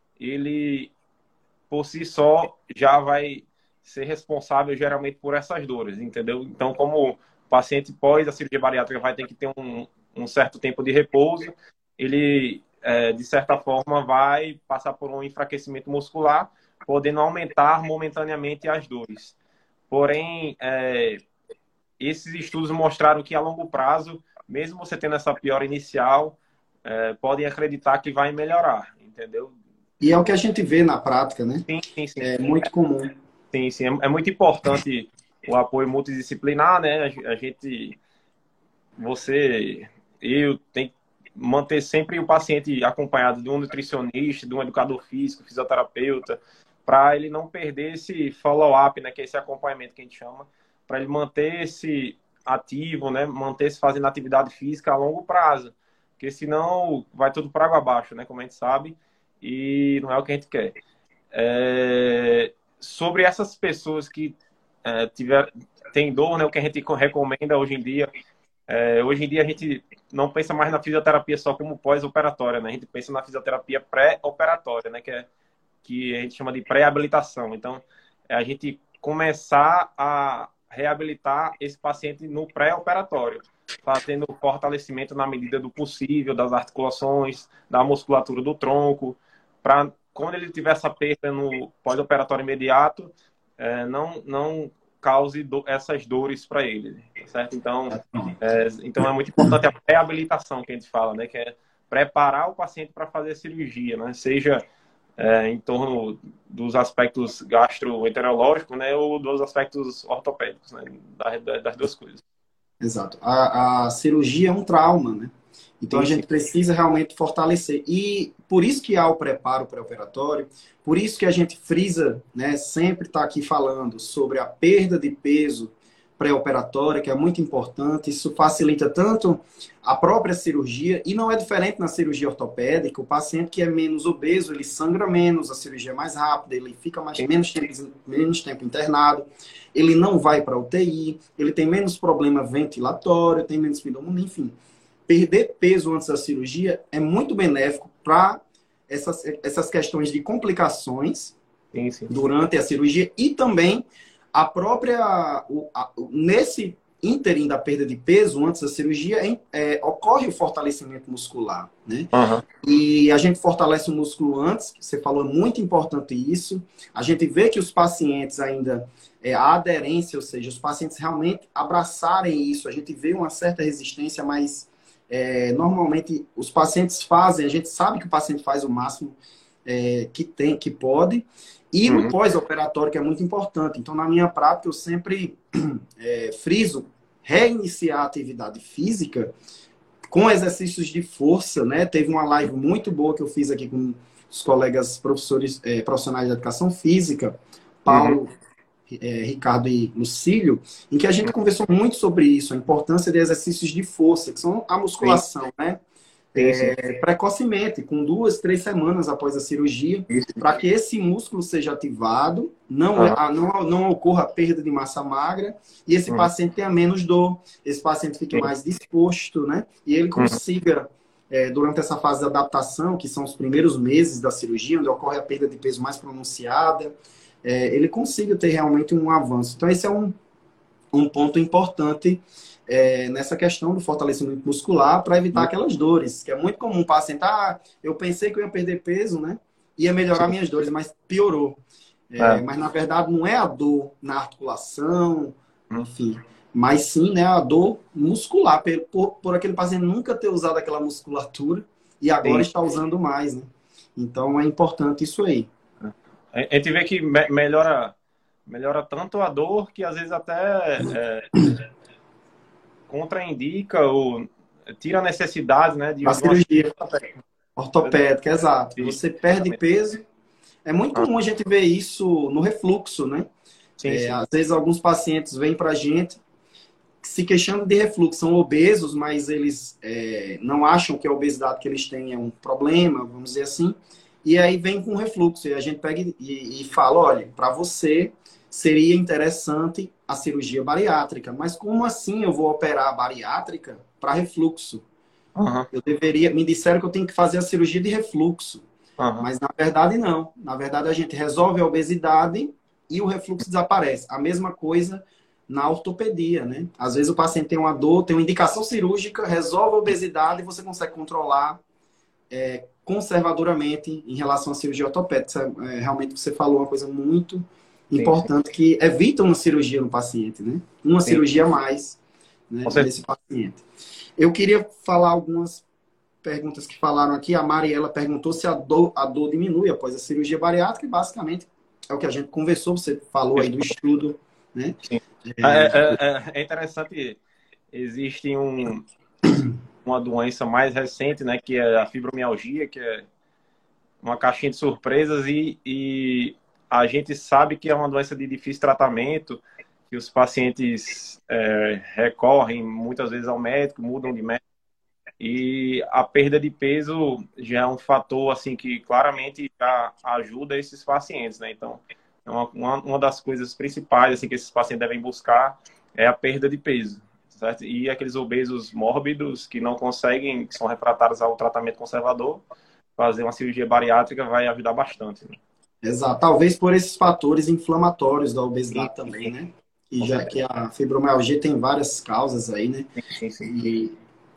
ele, por si só, já vai ser responsável geralmente por essas dores, entendeu? Então, como o paciente pós a cirurgia bariátrica vai ter que ter um, um certo tempo de repouso, ele, é, de certa forma, vai passar por um enfraquecimento muscular, podendo aumentar momentaneamente as dores. Porém, é, esses estudos mostraram que a longo prazo, mesmo você tendo essa piora inicial, é, podem acreditar que vai melhorar, entendeu? E é o que a gente vê na prática, né? Sim, sim, sim. É muito comum. Sim, sim. É, é muito importante o apoio multidisciplinar, né? A, a gente, você, eu tenho que manter sempre o paciente acompanhado de um nutricionista, de um educador físico, fisioterapeuta, para ele não perder esse follow-up, né? Que é esse acompanhamento que a gente chama, para ele manter esse ativo, né? Manter-se fazendo atividade física a longo prazo, porque senão vai tudo para água abaixo, né? Como a gente sabe, e não é o que a gente quer. É, sobre essas pessoas que é, tiver, tem dor, né, o que a gente recomenda hoje em dia, é, hoje em dia a gente não pensa mais na fisioterapia só como pós-operatória, né, a gente pensa na fisioterapia pré-operatória, né, que, é, que a gente chama de pré-habilitação. Então, é a gente começar a reabilitar esse paciente no pré-operatório, fazendo o fortalecimento na medida do possível das articulações, da musculatura do tronco, para quando ele tiver essa perda no pós-operatório imediato, é, não, não cause do, essas dores para ele, tá certo? Então é, então é muito importante a pré-habilitação que a gente fala, né? Que é preparar o paciente para fazer a cirurgia, né? Seja é, em torno dos aspectos gastroenterológicos, né? Ou dos aspectos ortopédicos, né? Das, das duas coisas. Exato. A, a cirurgia é um trauma, né? Então, a gente precisa realmente fortalecer. E por isso que há o preparo pré-operatório, por isso que a gente frisa, né, sempre está aqui falando sobre a perda de peso pré-operatória, que é muito importante. Isso facilita tanto a própria cirurgia, e não é diferente na cirurgia ortopédica. O paciente que é menos obeso, ele sangra menos, a cirurgia é mais rápida, ele fica mais, menos, tempo, menos tempo internado, ele não vai para a U T I, ele tem menos problema ventilatório, tem menos pneumonia, enfim. Perder peso antes da cirurgia é muito benéfico para essas, essas questões de complicações sim, sim. durante a cirurgia e também a própria... O, a, nesse ínterim da perda de peso antes da cirurgia é, é, ocorre o fortalecimento muscular, né? Uhum. E a gente fortalece o músculo antes, você falou, é muito importante isso. A gente vê que os pacientes ainda... É, a aderência, ou seja, os pacientes realmente abraçarem isso. A gente vê uma certa resistência, mas... É, normalmente os pacientes fazem, a gente sabe que o paciente faz o máximo é, que tem, que pode, e uhum. no pós-operatório, que é muito importante. Então, na minha prática, eu sempre é, friso reiniciar a atividade física com exercícios de força, né? Teve uma live muito boa que eu fiz aqui com os colegas professores, é, profissionais de educação física, Paulo, uhum. É, Ricardo e Lucílio, em que a gente conversou muito sobre isso, a importância de exercícios de força, que são a musculação, sim. né? É, precocemente, com duas, três semanas após a cirurgia, para que esse músculo seja ativado, não, uhum. não, não ocorra perda de massa magra, e esse uhum. paciente tenha menos dor, esse paciente fique sim. mais disposto, né? E ele consiga, uhum. é, durante essa fase de adaptação, que são os primeiros meses da cirurgia, onde ocorre a perda de peso mais pronunciada, É, ele consiga ter realmente um avanço. Então, esse é um, um ponto importante é, nessa questão do fortalecimento muscular para evitar aquelas dores, que é muito comum o paciente, ah, eu pensei que eu ia perder peso, né? Ia melhorar sim. minhas dores, mas piorou. É, é. Mas, na verdade, não é a dor na articulação, hum. enfim, mas sim, né, a dor muscular, por, por aquele paciente nunca ter usado aquela musculatura e agora sim. está usando mais, né? Então, é importante isso aí. A gente vê que melhora, melhora tanto a dor que às vezes até é, contraindica ou tira a necessidade, né, de a cirurgia ortopédica, exato. Você perde peso. É muito comum a gente ver isso no refluxo, né? Sim, é, sim. Às vezes alguns pacientes vêm para a gente se queixando de refluxo, são obesos, mas eles é, não acham que a obesidade que eles têm é um problema, vamos dizer assim. E aí vem com refluxo, e a gente pega e, e fala, olha, para você seria interessante a cirurgia bariátrica, mas como assim eu vou operar a bariátrica para refluxo? Uhum. Eu deveria, me disseram que eu tenho que fazer a cirurgia de refluxo, uhum. mas na verdade não. Na verdade a gente resolve a obesidade e o refluxo desaparece. A mesma coisa na ortopedia, né? Às vezes o paciente tem uma dor, tem uma indicação cirúrgica, resolve a obesidade e você consegue controlar é, conservadoramente em relação à cirurgia ortopédica. É, realmente você falou uma coisa muito importante, sim, sim. que evita uma cirurgia no paciente, né? Uma sim. cirurgia a mais, né, nesse paciente. Eu queria falar algumas perguntas que falaram aqui. A Mariela perguntou se a dor, a dor diminui após a cirurgia bariátrica, e basicamente é o que a gente conversou, você falou aí do estudo, né? Sim. É, é, é, é interessante, existe um, uma doença mais recente, né, que é a fibromialgia, que é uma caixinha de surpresas, e, e a gente sabe que é uma doença de difícil tratamento, que os pacientes é, recorrem muitas vezes ao médico, mudam de médico, e a perda de peso já é um fator assim que claramente já ajuda esses pacientes, né? Então, uma, uma das coisas principais assim que esses pacientes devem buscar é a perda de peso, certo? E aqueles obesos mórbidos que não conseguem, que são refratários ao tratamento conservador, fazer uma cirurgia bariátrica vai ajudar bastante, né? Exato. Talvez por esses fatores inflamatórios da obesidade sim, também, né? E já que a fibromialgia tem várias causas aí, né? Sim, sim. E,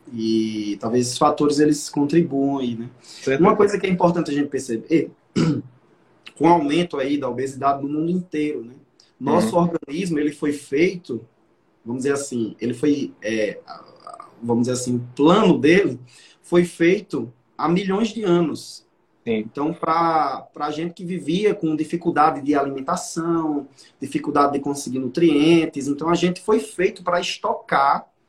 e talvez esses fatores eles contribuam aí, né? Uma coisa que é importante a gente perceber, com o aumento aí da obesidade no mundo inteiro, né? Nosso uhum. organismo, ele foi feito, vamos dizer assim, ele foi, é, vamos dizer assim, o plano dele foi feito há milhões de anos. Sim. Então, para a gente que vivia com dificuldade de alimentação, dificuldade de conseguir nutrientes, então a gente foi feito para estocar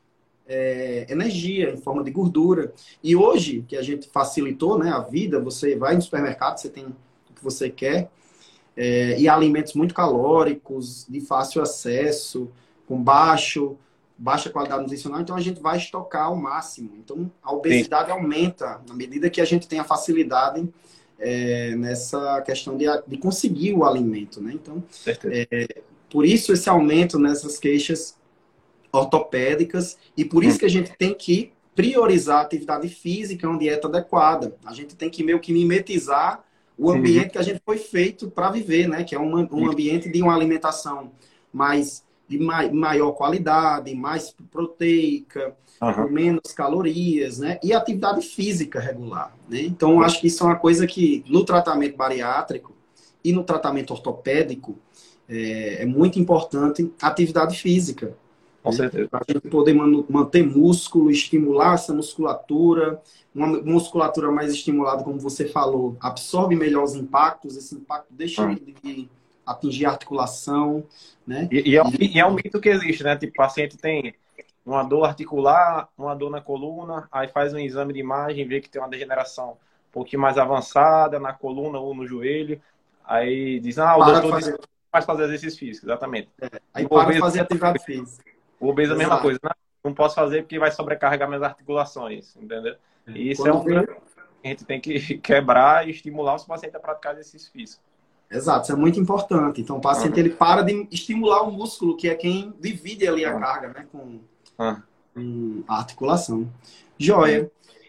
é, energia em forma de gordura. E hoje, que a gente facilitou, né, a vida, você vai no supermercado, você tem o que você quer, é, e alimentos muito calóricos, de fácil acesso, com baixo, baixa qualidade nutricional, então a gente vai estocar ao máximo. Então a Sim, obesidade aumenta na medida que a gente tem a facilidade é, nessa questão de, de conseguir o alimento, né? Então, certeza. por isso esse aumento nessas queixas ortopédicas e por isso Hum, que a gente tem que priorizar a atividade física e uma dieta adequada. A gente tem que meio que mimetizar o uhum, ambiente que a gente foi feito para viver, né? Que é um, um isso, ambiente de uma alimentação mais de mai, maior qualidade, mais proteica, com aham, menos calorias, né? E atividade física regular, né? Então, eu acho que isso é uma coisa que no tratamento bariátrico e no tratamento ortopédico é, é muito importante a atividade física, com né? certeza. Para a gente poder manter músculo, estimular essa musculatura, uma musculatura mais estimulada, como você falou, absorve melhor os impactos, esse impacto deixa Ah. ele de atingir a articulação, né? E, e é, um, E, e é um mito que existe, né? Tipo, o paciente tem uma dor articular, uma dor na coluna, aí faz um exame de imagem, vê que tem uma degeneração um pouquinho mais avançada na coluna ou no joelho, aí diz, ah, o para de doutor disse fazer, que faz fazer exercício físico, exatamente. E aí o para de obeso, fazer atividade física. o obeso é a mesma Exato. coisa, não, não posso fazer porque vai sobrecarregar minhas articulações, entendeu? E isso é Quando um vê, grande... A gente tem que quebrar e estimular os pacientes a praticar exercício físico. exato, isso é muito importante. Então, o paciente Uhum. ele para de estimular o músculo, que é quem divide ali a Uhum. carga, né, com, Uhum. com a articulação. E- Joia.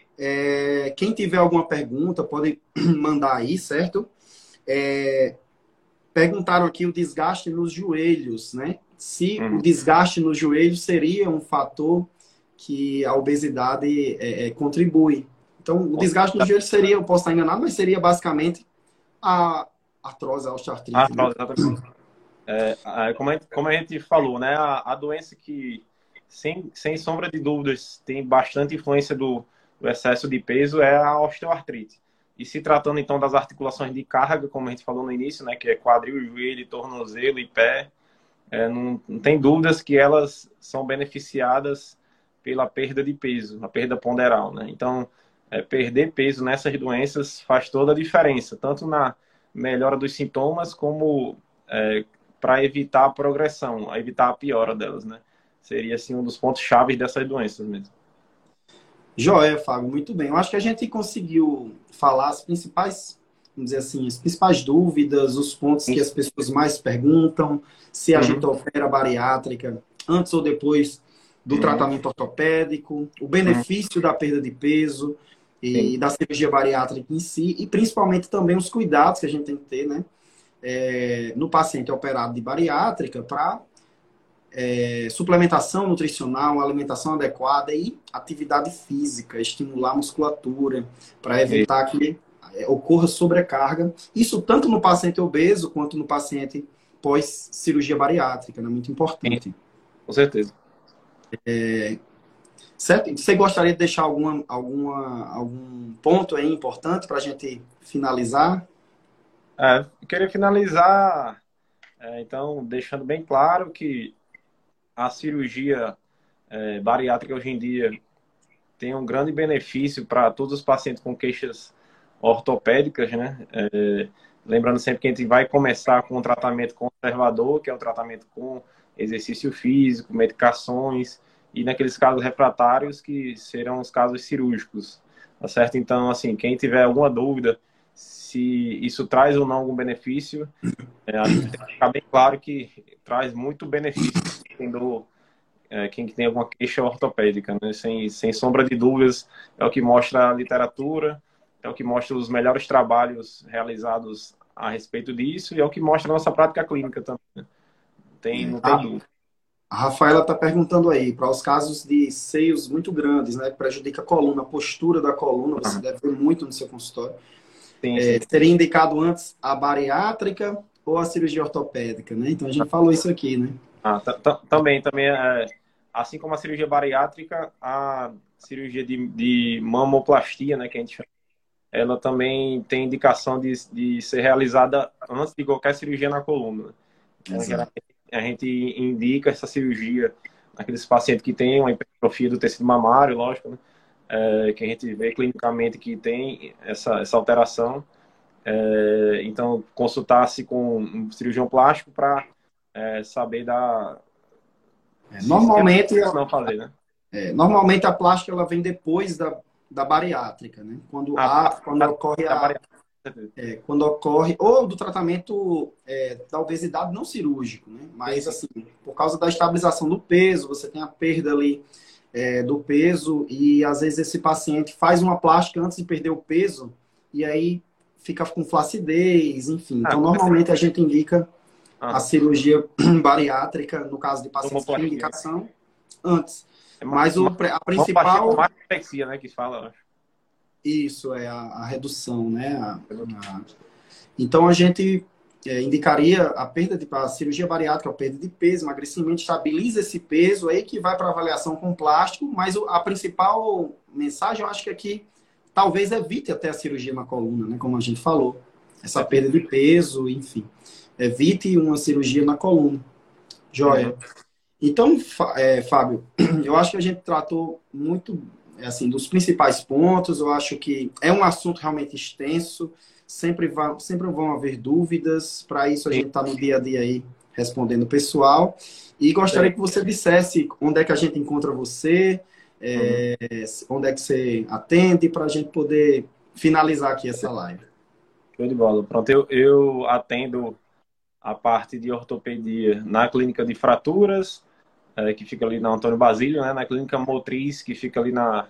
É, quem tiver alguma pergunta, pode mandar aí, certo? É, perguntaram aqui o desgaste nos joelhos, né? Se o uhum. desgaste nos joelhos seria um fator que a obesidade é, é, contribui. Então, o desgaste nos joelhos seria, eu posso estar enganado, mas seria basicamente a artrose, a Ah, osteoartrite, né? exatamente. É, como, a gente, como a gente falou, né, a, a doença que, sem, sem sombra de dúvidas, tem bastante influência do, do excesso de peso é a osteoartrite. E se tratando, então, das articulações de carga, como a gente falou no início, né, que é quadril, joelho, tornozelo e pé, é, não, não tem dúvidas que elas são beneficiadas pela perda de peso, a perda ponderal, né? Então, é, perder peso nessas doenças faz toda a diferença, tanto na melhora dos sintomas, como é, para evitar a progressão, evitar a piora delas, né? Seria, assim, um dos pontos chaves dessas doenças mesmo. Joia, Fábio, muito bem. Eu acho que a gente conseguiu falar as principais, vamos dizer assim, as principais dúvidas, os pontos que as pessoas mais perguntam, se a gente Uhum, opera bariátrica antes ou depois do uhum, tratamento ortopédico, o uhum, benefício da perda de peso e sim. da cirurgia bariátrica em si, e principalmente também os cuidados que a gente tem que ter, né, é, no paciente operado de bariátrica para é, suplementação nutricional, alimentação adequada e atividade física, estimular a musculatura para E, evitar que é, ocorra sobrecarga. Isso tanto no paciente obeso quanto no paciente pós cirurgia bariátrica, né? Muito sim, importante. com certeza. Certo? Você gostaria de deixar alguma, alguma, algum ponto aí importante para a gente finalizar? É, eu queria finalizar, é, então, deixando bem claro que a cirurgia é, bariátrica hoje em dia tem um grande benefício para todos os pacientes com queixas ortopédicas, né? É, lembrando sempre que a gente vai começar com um tratamento conservador, que é o tratamento com exercício físico, medicações, e naqueles casos refratários que serão os casos cirúrgicos, tá certo? Então, assim, quem tiver alguma dúvida se isso traz ou não algum benefício, é, a gente tem que ficar bem claro que traz muito benefício tendo é, quem tem alguma queixa ortopédica, né? Sem, sem sombra de dúvidas, é o que mostra a literatura, é o que mostra os melhores trabalhos realizados a respeito disso e é o que mostra a nossa prática clínica também, né? Tem, não tem A, dúvida. a Rafaela está perguntando aí, para os casos de seios muito grandes, né, que prejudica a coluna, a postura da coluna, você Aham. deve ver muito no seu consultório. Sim, É, sim. seria indicado antes a bariátrica ou a cirurgia ortopédica, né? Então a gente falou isso aqui, né? Ah, ta- ta- também, também é, assim como a cirurgia bariátrica, a cirurgia de, de mamoplastia, né, que a gente chama, ela também tem indicação de, de ser realizada antes de qualquer cirurgia na coluna. Então, Exato. geralmente, a gente indica essa cirurgia aqueles pacientes que têm uma hipertrofia do tecido mamário, lógico, né? É, que a gente vê clinicamente que tem essa, essa alteração. É, então, consultar-se com um cirurgião plástico para é, saber da, É, se, se é normalmente, não fazer, né? é, normalmente a plástica ela vem depois da, da bariátrica, né? Quando, A, há, quando a, ocorre a, a, a, é, quando ocorre, ou do tratamento é, da obesidade não cirúrgico, né? Mas, assim, por causa da estabilização do peso, você tem a perda ali é, do peso e, às vezes, esse paciente faz uma plástica antes de perder o peso e aí fica com flacidez, enfim. ah, Então, normalmente, a gente indica a aham. cirurgia bariátrica, no caso de pacientes que têm Tomoplastia. indicação, antes. É ma- Mas o, ma- a Tomoplastia com principal, mastopexia, né? Que fala, eu acho. isso, é a, a redução, né? A, a, então, a gente é, indicaria a perda de a cirurgia bariátrica, a perda de peso, emagrecimento, estabiliza esse peso, aí que vai para avaliação com plástico, mas o, a principal mensagem, eu acho que aqui, talvez evite até a cirurgia na coluna, né? Como a gente falou. Essa perda de peso, enfim. Evite uma cirurgia na coluna. Joia. Uhum. Então, é, Fábio, eu acho que a gente tratou muito, assim, dos principais pontos. Eu acho que é um assunto realmente extenso. Sempre, vai, sempre vão haver dúvidas. Para isso, a Sim, gente está no dia a dia aí respondendo o pessoal. E gostaria sim. que você dissesse onde é que a gente encontra você, Uhum. é, onde é que você atende, para a gente poder finalizar aqui essa live. Show de bola. Pronto, eu, eu atendo a parte de ortopedia na clínica de fraturas, é, que fica ali na Antônio Basílio, né? Na clínica motriz, que fica ali na,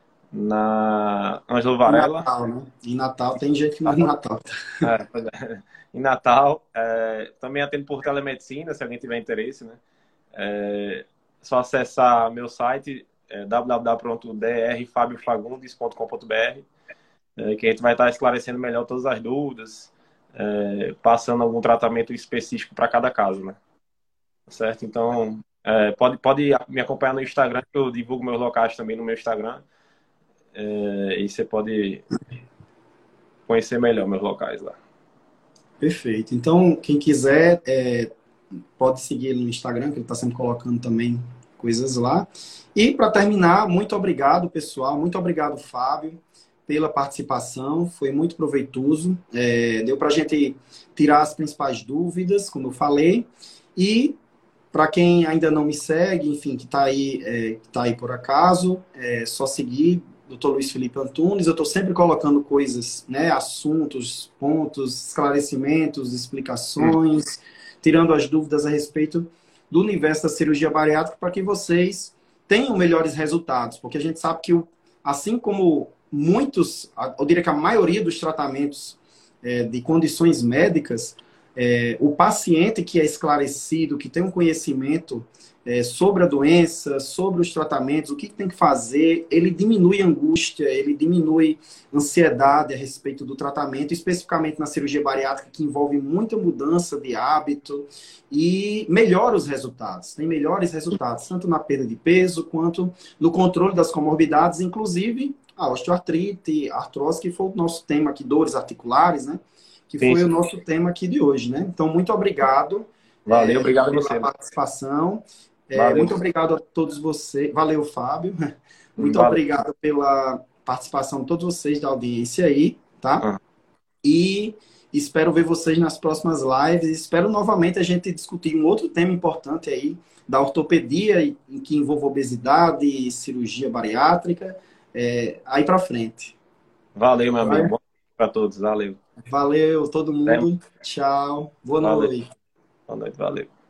na Ângelo Em Varela. Natal, né? Em Natal, tem gente que não é em Natal. É, pois é. Em Natal. É, também atendo por telemedicina, se alguém tiver interesse, né? É só acessar meu site, é, w w w ponto d r fabio fagundes ponto com ponto b r, é, que a gente vai estar esclarecendo melhor todas as dúvidas, é, passando algum tratamento específico para cada caso, né? Certo? Então, é, pode, pode me acompanhar no Instagram, que eu divulgo meus locais também no meu Instagram, é, e você pode conhecer melhor meus locais lá. Perfeito. Então, quem quiser, é, pode seguir ele no Instagram, que ele está sempre colocando também coisas lá. E, para terminar, muito obrigado, pessoal. Muito obrigado, Fábio, pela participação. Foi muito proveitoso. É, deu para a gente tirar as principais dúvidas, como eu falei. E, para quem ainda não me segue, enfim, que está aí, é, que tá aí por acaso, é só seguir doutor Luiz Felipe Antunes. Eu estou sempre colocando coisas, né, assuntos, pontos, esclarecimentos, explicações, tirando as dúvidas a respeito do universo da cirurgia bariátrica para que vocês tenham melhores resultados, porque a gente sabe que, assim como muitos, eu diria que a maioria dos tratamentos é, de condições médicas, é, o paciente que é esclarecido, que tem um conhecimento é, sobre a doença, sobre os tratamentos, o que tem que fazer, ele diminui a angústia, ele diminui a ansiedade a respeito do tratamento, especificamente na cirurgia bariátrica, que envolve muita mudança de hábito e melhora os resultados, tem melhores resultados, tanto na perda de peso, quanto no controle das comorbidades, inclusive a osteoartrite, a artrose, que foi o nosso tema aqui, dores articulares, né? Que Sim, foi o sim. nosso tema aqui de hoje, né? Então, muito obrigado Valeu, é, obrigado a pela você. participação. É, Valeu. muito obrigado a todos vocês. Valeu, Fábio. Muito Valeu. obrigado pela participação de todos vocês da audiência aí, tá? Ah, E espero ver vocês nas próximas lives. Espero novamente a gente discutir um outro tema importante aí da ortopedia, em que envolve obesidade e cirurgia bariátrica, é, aí para frente. valeu, meu amigo. Vai? Bom para todos. Valeu. Valeu, todo Até. mundo. Tchau. Boa Valeu. noite. Boa noite. Valeu.